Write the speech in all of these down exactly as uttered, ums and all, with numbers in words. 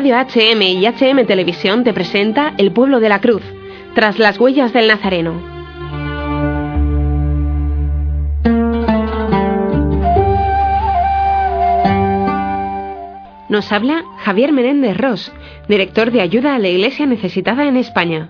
Radio H M y H M Televisión te presenta El Pueblo de la Cruz, tras las huellas del Nazareno. Nos habla Javier Menéndez Ros, director de Ayuda a la Iglesia Necesitada en España.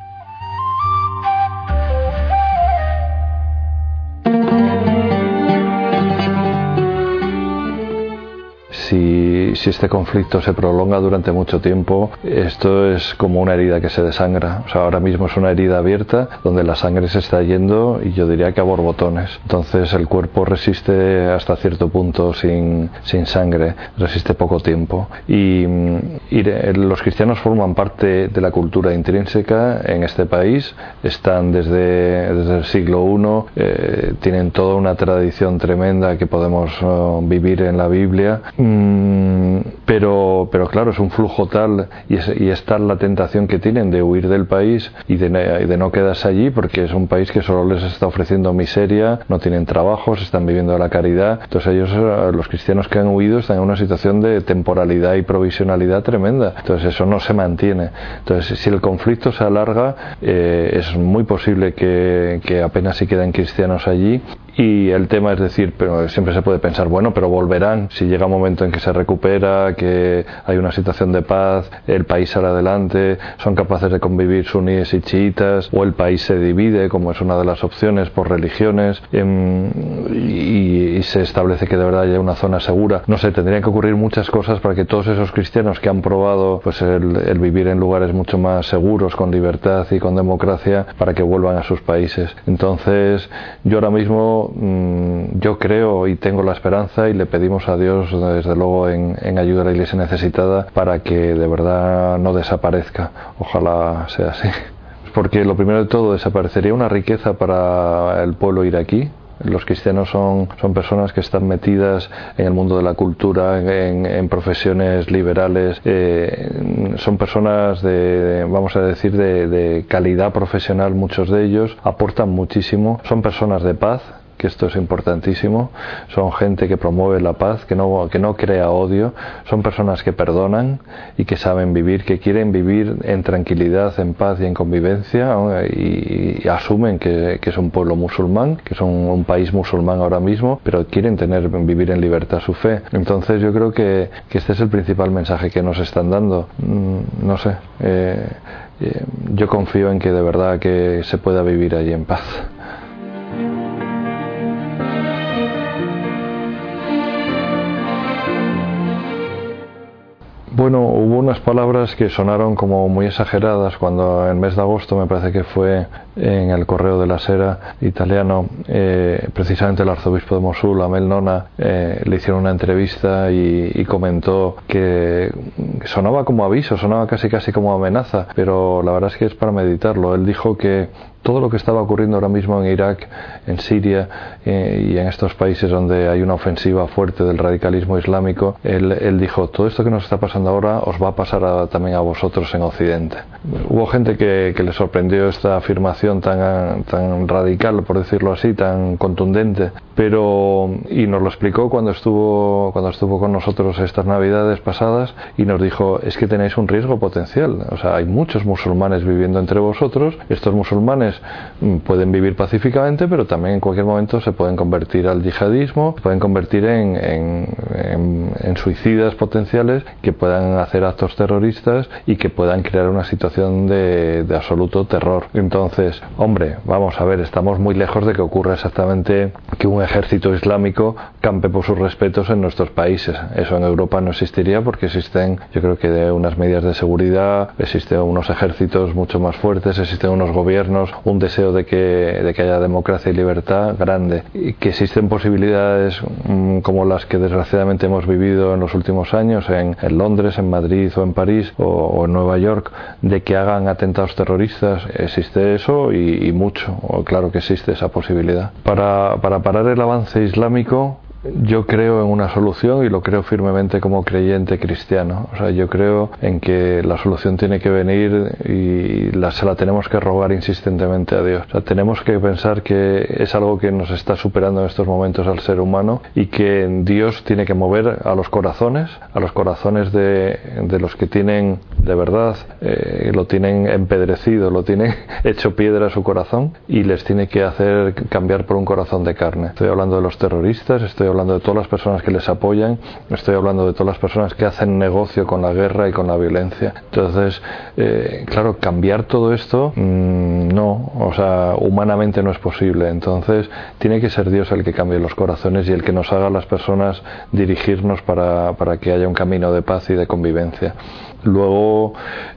Si, si este conflicto se prolonga durante mucho tiempo, esto es como una herida que se desangra. O sea, ahora mismo es una herida abierta donde la sangre se está yendo, y yo diría que a borbotones. Entonces el cuerpo resiste hasta cierto punto sin, sin sangre, resiste poco tiempo. Y, y los cristianos forman parte de la cultura intrínseca en este país, están desde, desde el siglo primero, eh, tienen toda una tradición tremenda que podemos uh, vivir en la Biblia. Pero, pero claro, es un flujo tal y es, y es tal la tentación que tienen de huir del país y de, y de no quedarse allí, porque es un país que solo les está ofreciendo miseria, no tienen trabajos, están viviendo de la caridad. Entonces ellos, los cristianos que han huido, están en una situación de temporalidad y provisionalidad tremenda. Entonces eso no se mantiene. Entonces si el conflicto se alarga, eh, es muy posible que, que apenas si queden cristianos allí. Y el tema es decir, pero siempre se puede pensar, bueno, pero volverán si llega un momento en que se recupera, que hay una situación de paz, el país sale adelante, son capaces de convivir suníes y chiitas, o el país se divide, como es una de las opciones, por religiones, eh, y, y se establece que de verdad haya una zona segura. No sé, tendrían que ocurrir muchas cosas para que todos esos cristianos que han probado pues el, el vivir en lugares mucho más seguros, con libertad y con democracia, para que vuelvan a sus países. Entonces, yo ahora mismo yo creo y tengo la esperanza, y le pedimos a Dios desde luego en, en Ayuda a la Iglesia Necesitada, para que de verdad no desaparezca. Ojalá sea así, porque lo primero de todo, desaparecería una riqueza para el pueblo iraquí. Los cristianos son, son personas que están metidas en el mundo de la cultura, en, en profesiones liberales, eh, son personas de, vamos a decir, de, de calidad profesional, muchos de ellos, aportan muchísimo, son personas de paz, que esto es importantísimo, son gente que promueve la paz, que no, que no crea odio, son personas que perdonan y que saben vivir, que quieren vivir en tranquilidad, en paz y en convivencia, y, y asumen que, que es un pueblo musulmán, que es un, un país musulmán ahora mismo, pero quieren tener, vivir en libertad su fe. Entonces yo creo que, que este es el principal mensaje que nos están dando. Mm, no sé, eh, eh, yo confío en que de verdad que se pueda vivir allí en paz. Bueno, hubo unas palabras que sonaron como muy exageradas cuando en el mes de agosto, me parece que fue en el Correo de la Sera italiano, eh, precisamente el arzobispo de Mosul, Amel Nona, eh, le hicieron una entrevista y, y comentó que sonaba como aviso, sonaba casi casi como amenaza, pero la verdad es que es para meditarlo. Él dijo que todo lo que estaba ocurriendo ahora mismo en Irak, en Siria eh, y en estos países donde hay una ofensiva fuerte del radicalismo islámico, él, él dijo, todo esto que nos está pasando ahora os va a pasar a, también a vosotros en Occidente. Hubo gente que, que le sorprendió esta afirmación tan, tan radical, por decirlo así, tan contundente, pero y nos lo explicó cuando estuvo, cuando estuvo con nosotros estas navidades pasadas, y nos dijo, es que tenéis un riesgo potencial, o sea, hay muchos musulmanes viviendo entre vosotros, estos musulmanes pueden vivir pacíficamente, pero también en cualquier momento se pueden convertir al yihadismo, se pueden convertir en, en, en, en suicidas potenciales, que puedan hacer actos terroristas y que puedan crear una situación de, de absoluto terror. Entonces, hombre, vamos a ver, estamos muy lejos de que ocurra exactamente que un ejército islámico campe por sus respetos en nuestros países. Eso en Europa no existiría, porque existen, yo creo que de unas medidas de seguridad, existen unos ejércitos mucho más fuertes, existen unos gobiernos, un deseo de que, de que haya democracia y libertad grande, y que existen posibilidades mmm, como las que desgraciadamente hemos vivido en los últimos años en, en Londres, en Madrid o en París o, o en Nueva York, de que hagan atentados terroristas. Existe eso y, y mucho, o claro que existe esa posibilidad. Para, para parar el avance islámico, Yo creo en una solución y lo creo firmemente como creyente cristiano. O sea, yo creo en que la solución tiene que venir y la, se la tenemos que rogar insistentemente a Dios. O sea, tenemos que pensar que es algo que nos está superando en estos momentos al ser humano y que Dios tiene que mover a los corazones, a los corazones de, de los que tienen de verdad, eh, lo tienen empedrecido, lo tienen hecho piedra su corazón y les tiene que hacer cambiar por un corazón de carne. Estoy hablando de los terroristas, estoy hablando de todas las personas que les apoyan, estoy hablando de todas las personas que hacen negocio con la guerra y con la violencia. Entonces, eh, claro, cambiar todo esto, mmm, no, o sea, humanamente no es posible. Entonces, tiene que ser Dios el que cambie los corazones y el que nos haga a las personas dirigirnos para, para que haya un camino de paz y de convivencia. Luego,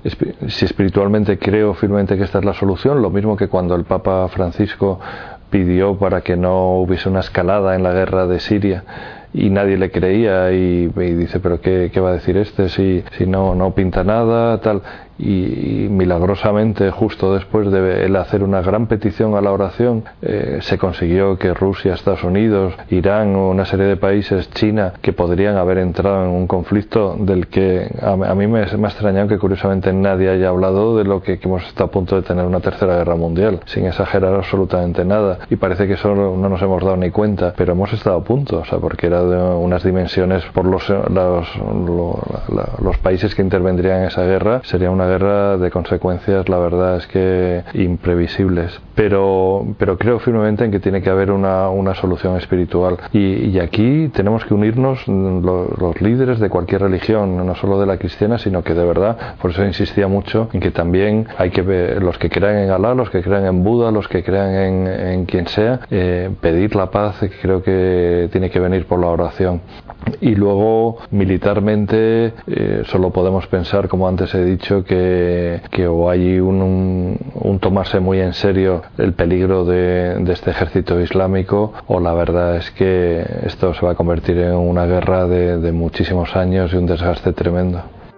si espiritualmente creo firmemente que esta es la solución, lo mismo que cuando el Papa Francisco pidió para que no hubiese una escalada en la guerra de Siria y nadie le creía y, y dice, pero qué, qué va a decir este si, si no, no pinta nada, tal. Y, y milagrosamente, justo después de él hacer una gran petición a la oración, eh, se consiguió que Rusia, Estados Unidos, Irán, una serie de países, China, que podrían haber entrado en un conflicto del que a, a mí me, me ha extrañado que curiosamente nadie haya hablado de lo que, que hemos estado a punto de tener una tercera guerra mundial, sin exagerar absolutamente nada. Y parece que eso no nos hemos dado ni cuenta, pero hemos estado a punto, o sea, porque era de unas dimensiones por los, los, los, los países que intervendrían en esa guerra, sería una guerra de consecuencias, la verdad es que imprevisibles, pero, pero creo firmemente en que tiene que haber una, una solución espiritual y, y aquí tenemos que unirnos los, los líderes de cualquier religión, no solo de la cristiana, sino que de verdad, por eso insistía mucho en que también hay que ver, los que crean en Alá, los que crean en Buda, los que crean en, en quien sea, eh, pedir la paz, que creo que tiene que venir por la oración. Y luego militarmente eh, solo podemos pensar, como antes he dicho, que, que o hay un, un, un tomarse muy en serio el peligro de, de este ejército islámico, o la verdad es que esto se va a convertir en una guerra de, de muchísimos años y un desgaste tremendo.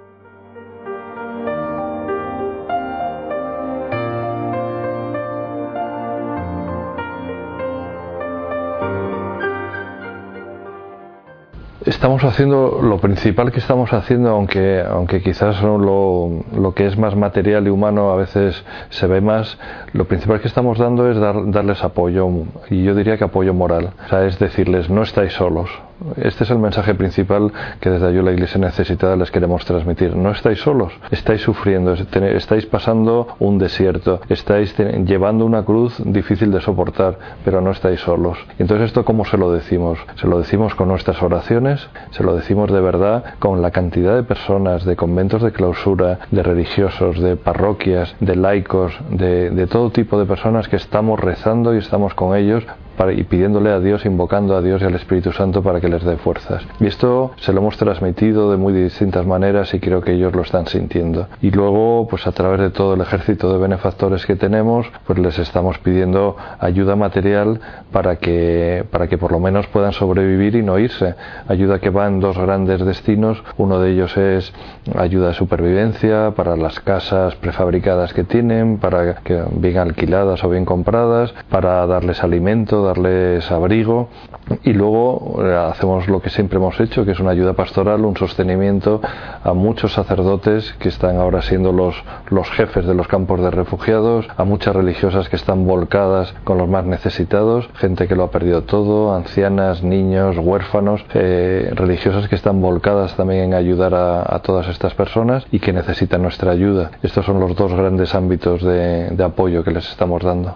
Estamos haciendo lo principal que estamos haciendo, aunque aunque quizás lo, lo que es más material y humano a veces se ve más, lo principal que estamos dando es dar, darles apoyo, y yo diría que apoyo moral, o sea, es decirles, no estáis solos. Este es el mensaje principal que desde Ayuda a la Iglesia Necesitada les queremos transmitir. No estáis solos, estáis sufriendo, estáis pasando un desierto, estáis llevando una cruz difícil de soportar, pero no estáis solos. Y entonces, ¿esto cómo se lo decimos? Se lo decimos con nuestras oraciones, se lo decimos de verdad con la cantidad de personas, de conventos de clausura, de religiosos, de parroquias, de laicos, de, de todo tipo de personas que estamos rezando y estamos con ellos para, y pidiéndole a Dios, invocando a Dios y al Espíritu Santo para que les dé fuerzas. Y esto se lo hemos transmitido de muy distintas maneras y creo que ellos lo están sintiendo. Y luego, pues a través de todo el ejército de benefactores que tenemos, pues les estamos pidiendo ayuda material para que, para que por lo menos puedan sobrevivir y no irse. Ayuda que va en dos grandes destinos. Uno de ellos es ayuda de supervivencia para las casas prefabricadas que tienen, para que bien alquiladas o bien compradas, para darles alimento, darles abrigo, y luego eh, hacemos lo que siempre hemos hecho, que es una ayuda pastoral, un sostenimiento a muchos sacerdotes que están ahora siendo los, los jefes de los campos de refugiados, a muchas religiosas que están volcadas con los más necesitados, gente que lo ha perdido todo, ancianas, niños, huérfanos, eh, religiosas que están volcadas también en ayudar a, a todas estas personas y que necesitan nuestra ayuda. Estos son los dos grandes ámbitos de, de apoyo que les estamos dando.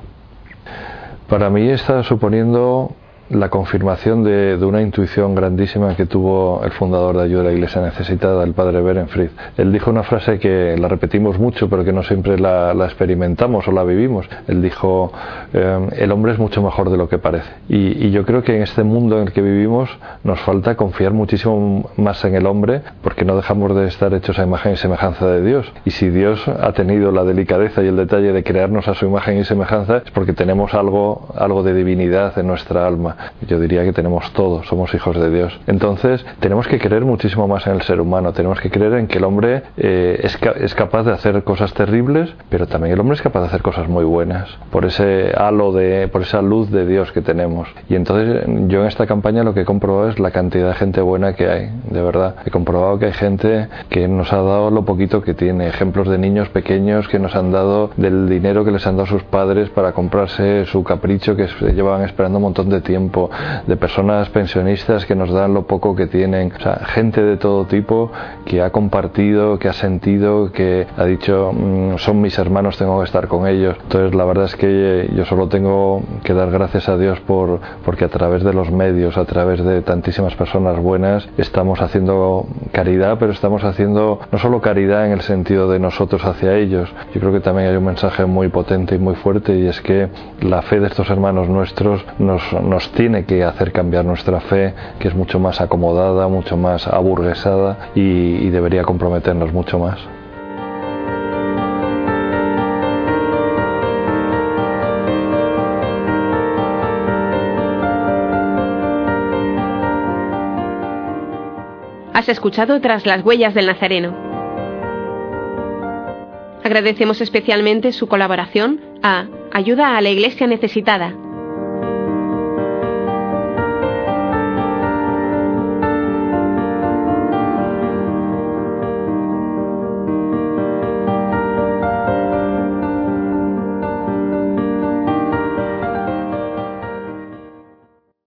Para mí está suponiendo la confirmación de, de una intuición grandísima que tuvo el fundador de Ayuda a la Iglesia Necesitada, el padre Berenfried. Él dijo una frase que la repetimos mucho, pero que no siempre la, la experimentamos o la vivimos. Él dijo, eh, el hombre es mucho mejor de lo que parece. Y, y yo creo que en este mundo en el que vivimos nos falta confiar muchísimo más en el hombre, porque no dejamos de estar hechos a imagen y semejanza de Dios. Y si Dios ha tenido la delicadeza y el detalle de crearnos a su imagen y semejanza, es porque tenemos algo, algo de divinidad en nuestra alma. yo diría que tenemos todo, somos hijos de Dios. Entonces tenemos que creer muchísimo más en el ser humano, tenemos que creer en que el hombre eh, es, ca- es capaz de hacer cosas terribles, pero también el hombre es capaz de hacer cosas muy buenas, por ese halo de, por esa luz de Dios que tenemos. Y entonces yo en esta campaña lo que he comprobado es la cantidad de gente buena que hay, de verdad. He comprobado que hay gente que nos ha dado lo poquito que tiene, ejemplos de niños pequeños que nos han dado del dinero que les han dado sus padres para comprarse su capricho que se llevaban esperando un montón de tiempo, de personas pensionistas que nos dan lo poco que tienen, o sea, gente de todo tipo que ha compartido, que ha sentido, que ha dicho mmm, son mis hermanos, tengo que estar con ellos. Entonces la verdad es que yo solo tengo que dar gracias a Dios por porque a través de los medios, a través de tantísimas personas buenas, estamos haciendo caridad, pero estamos haciendo no solo caridad en el sentido de nosotros hacia ellos. Yo creo que también hay un mensaje muy potente y muy fuerte, y es que la fe de estos hermanos nuestros nos, nos tiene que hacer cambiar nuestra fe, que es mucho más acomodada, mucho más aburguesada, y, y debería comprometernos mucho más. Has escuchado Tras las huellas del Nazareno. Agradecemos especialmente su colaboración a Ayuda a la Iglesia Necesitada,